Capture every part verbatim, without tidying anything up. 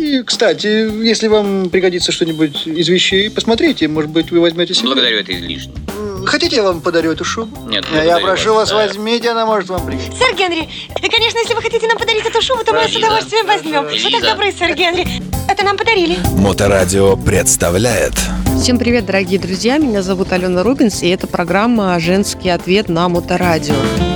И, кстати, если вам пригодится что-нибудь из вещей, посмотрите, может быть, вы возьмете себе. Благодарю, это излишне. Хотите, я вам подарю эту шубу? Нет, Я прошу вас, да. возьмите, она может вам пригодиться. Сэр Генри, да, конечно, если вы хотите нам подарить эту шубу, то мы ее с удовольствием возьмем. Вы так добры, сэр Генри. Это нам подарили. Моторадио представляет. Всем привет, дорогие друзья, меня зовут Алена Рубинс, и это программа «Женский ответ» на Моторадио.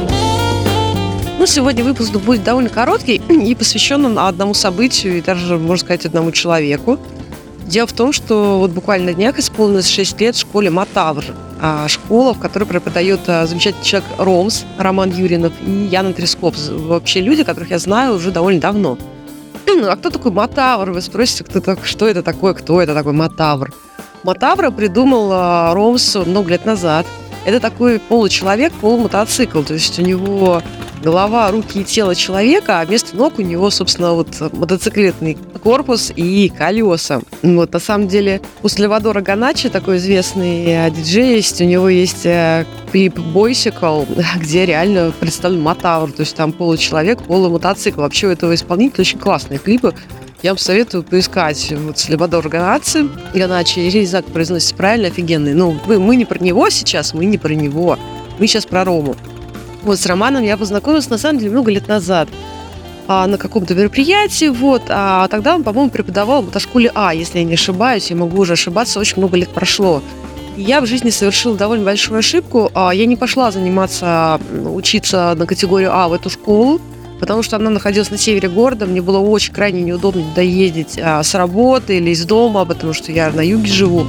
Ну, сегодня выпуск будет довольно короткий и посвящен он одному событию, и даже, можно сказать, одному человеку. Дело в том, что вот буквально на днях исполнилось шесть лет в школе «Мотавр». Школа, в которой преподает замечательный человек Ромс, Роман Юринов и Яна Тресков. Вообще люди, которых я знаю уже довольно давно. А кто такой Мотавр? Вы спросите, кто так, что это такое, кто это такой Мотавр? Мотавра придумал Ромс много лет назад. Это такой получеловек, полумотоцикл. То есть у него голова, руки и тело человека, а вместо ног у него, собственно, вот мотоциклетный корпус и колеса. Вот, на самом деле, у Сальвадора Ганачи, такой известный диджей, есть, у него есть клип «Бойсикл», где реально представлен Мотавр, то есть там получеловек, полумотоцикл. Вообще у этого исполнителя очень классные клипы. Я вам советую поискать вот Сальвадор Ганачи. Ганачи, я не знаю, как произносится правильно, офигенный. Ну, мы, мы не про него сейчас, мы не про него. Мы сейчас про Рому. Вот с Романом я познакомилась, на самом деле, много лет назад а, на каком-то мероприятии, вот, а тогда он, по-моему, преподавал в мотошколе А, если я не ошибаюсь, я могу уже ошибаться, очень много лет прошло. И я в жизни совершила довольно большую ошибку, а, я не пошла заниматься, учиться на категорию А в эту школу, потому что она находилась на севере города, мне было очень крайне неудобно туда ездить а, с работы или из дома, потому что я на юге живу.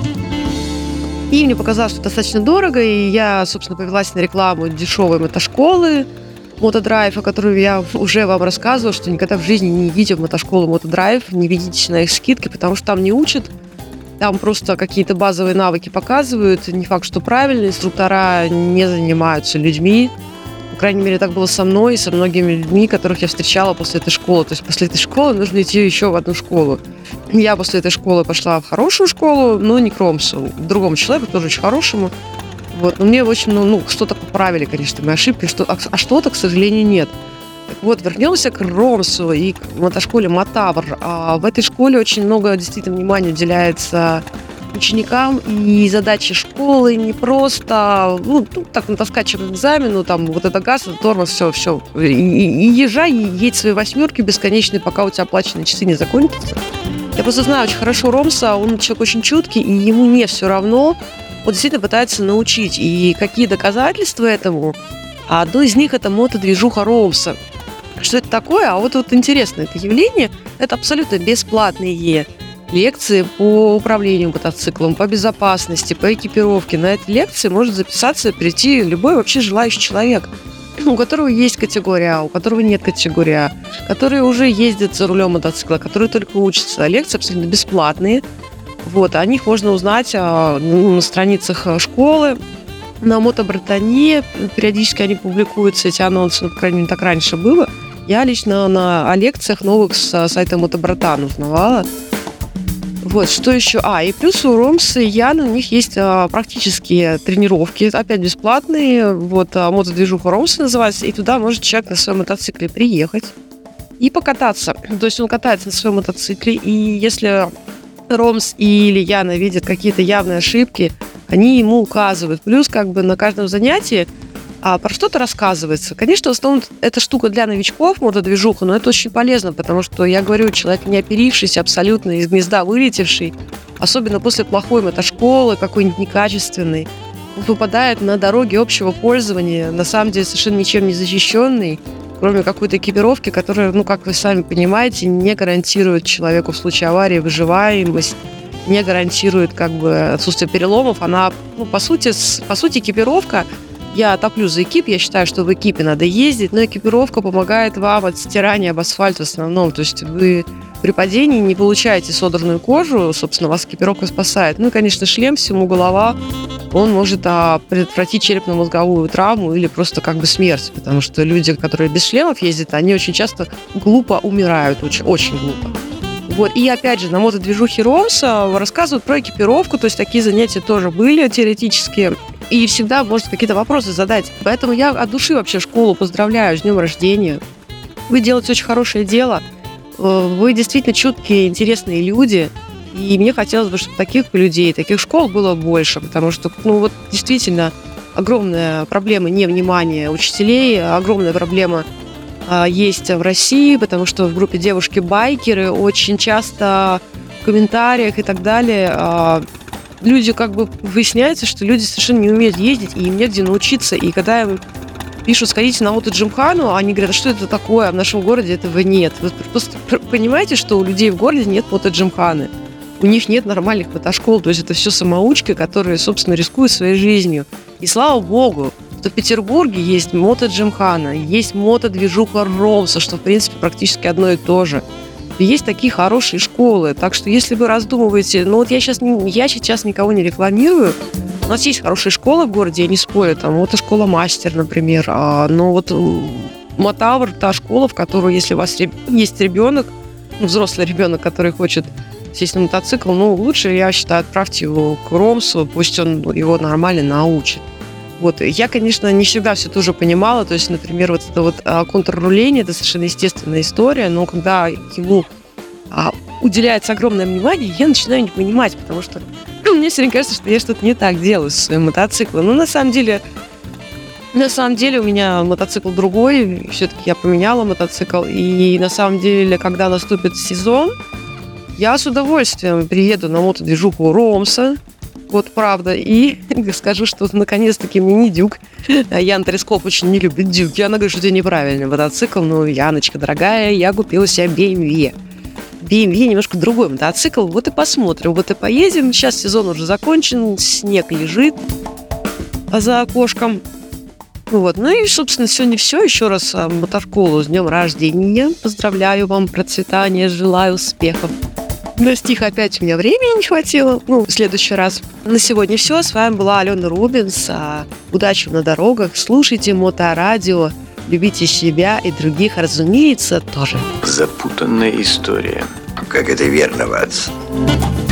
И мне показалось, что достаточно дорого, и я, собственно, повелась на рекламу дешевой мотошколы Мотодрайв, о которой я уже вам рассказывала, что никогда в жизни не идите в мотошколу Мотодрайв, не ведитесь на их скидки, потому что там не учат, там просто какие-то базовые навыки показывают, не факт, что правильно, инструктора не занимаются людьми. По крайней мере, так было со мной и со многими людьми, которых я встречала после этой школы. То есть после этой школы нужно идти еще в одну школу. Я после этой школы пошла в хорошую школу, но не к Ромсу, к другому человеку, тоже очень хорошему. Вот. Но мне, в общем, ну, ну что-то поправили, конечно, мои ошибки, что, а, а что-то, к сожалению, нет. Так вот, вернемся к Ромсу и к мотошколе Мотавр. А в этой школе очень много действительно внимания уделяется ученикам, и задачи школы не просто, ну, так, натаскать к экзамену, там, вот это газ, это тормоз, все, все. И, и, и езжай, и едь свои восьмерки бесконечные, пока у тебя оплаченные часы не закончатся. Я просто знаю очень хорошо Ромса, он человек очень чуткий, и ему не все равно, он действительно пытается научить. И какие доказательства этому? Одно из них – это мотодвижуха Ромса. Что это такое? А вот, вот интересно, это явление, это абсолютно бесплатные лекции по управлению мотоциклом, по безопасности, по экипировке. На эти лекции может записаться и прийти любой вообще желающий человек, у которого есть категория А, у которого нет категории А, которые уже ездят за рулем мотоцикла, которые только учатся. Лекции абсолютно бесплатные. Вот, о них можно узнать а, на страницах школы, на Мотобратане. Периодически они публикуются, эти анонсы, ну, по крайней мере, так раньше было. Я лично на о лекциях новых с сайта Мотобратан узнавала. Вот, что еще? А, и плюс у Ромса и Яны у них есть а, практические тренировки, опять бесплатные. Вот, а, мотодвижуха Ромса называется, и туда может человек на своем мотоцикле приехать и покататься. То есть он катается на своем мотоцикле, и если Ромс или Яна видят какие-то явные ошибки, они ему указывают. Плюс как бы на каждом занятии а, про что-то рассказывается. Конечно, в основном эта штука для новичков, мотодвижуха, но это очень полезно, потому что, я говорю, человек не оперившийся, абсолютно из гнезда вылетевший, особенно после плохой мотошколы, какой-нибудь некачественной, он попадает на дороги общего пользования, на самом деле совершенно ничем не защищенный, кроме какой-то экипировки, которая, ну, как вы сами понимаете, не гарантирует человеку в случае аварии выживаемость, не гарантирует как бы отсутствие переломов. Она, ну, по сути, с, по сути, экипировка, я топлю за экип, я считаю, что в экипе надо ездить, но экипировка помогает вам от стирания об асфальт в основном, то есть вы при падении не получаете содранную кожу, собственно, вас экипировка спасает. Ну и, конечно, шлем, всему голова, он может а, предотвратить черепно-мозговую травму или просто как бы смерть, потому что люди, которые без шлемов ездят, они очень часто глупо умирают, очень, очень глупо. Вот. И опять же, на мотодвижухе Ромса рассказывают про экипировку, то есть такие занятия тоже были теоретические, и всегда можно какие-то вопросы задать. Поэтому я от души вообще школу поздравляю с днем рождения. Вы делаете очень хорошее дело. Э, Вы действительно чуткие, интересные люди. И мне хотелось бы, чтобы таких людей, таких школ было больше, потому что, ну вот действительно, огромная проблема невнимания учителей, огромная проблема а, есть в России, потому что в группе девушки-байкеры очень часто в комментариях и так далее а, люди как бы выясняется, что люди совершенно не умеют ездить, и им негде научиться. И когда им пишут, сходите на мотоджимхану, они говорят, а что это такое, а в нашем городе этого нет. Вы просто понимаете, что у людей в городе нет мотоджимханы. У них нет нормальных мотошкол, то есть это все самоучки, которые, собственно, рискуют своей жизнью. И слава богу, что в Петербурге есть мотоджимхана, есть мотодвижуха Ромса, что, в принципе, практически одно и то же. И есть такие хорошие школы, так что если вы раздумываете, ну вот я сейчас, я сейчас никого не рекламирую, у нас есть хорошие школы в городе, я не спорю, там мотошкола Мастер, например, а, но вот Мотавр, та школа, в которой, если у вас есть ребенок, ну, взрослый ребенок, который хочет сесть на мотоцикл, ну, лучше, я считаю, отправьте его к Ромсу, пусть он его нормально научит. Вот. Я, конечно, не всегда все тоже понимала, то есть, например, вот это вот а, контрруление, это совершенно естественная история, но когда ему а, уделяется огромное внимание, я начинаю не понимать, потому что ну, мне все время кажется, что я что-то не так делаю со своим мотоциклом. Но на самом деле, на самом деле у меня мотоцикл другой, все-таки я поменяла мотоцикл, и на самом деле, когда наступит сезон, я с удовольствием приеду на мотодвижуху Ромса, вот правда, и скажу, что наконец-таки мини-дюк. Ян Тресков очень не любит дюки. Она говорит, что это неправильный мотоцикл. Ну, Яночка, дорогая, я купила себе би эм ви. би эм ви немножко другой мотоцикл. Вот и посмотрим, вот и поедем. Сейчас сезон уже закончен, снег лежит за окошком. Вот. Ну и, собственно, сегодня все. Еще раз мотошколу с днем рождения. Поздравляю вам, процветания, желаю успехов. На стих опять у меня времени не хватило. Ну, в следующий раз. На сегодня все. С вами была Алена Рубинс. Удачи на дорогах. Слушайте Моторадио. Любите себя и других, разумеется, тоже. Запутанная история. Как это верно, Ватс?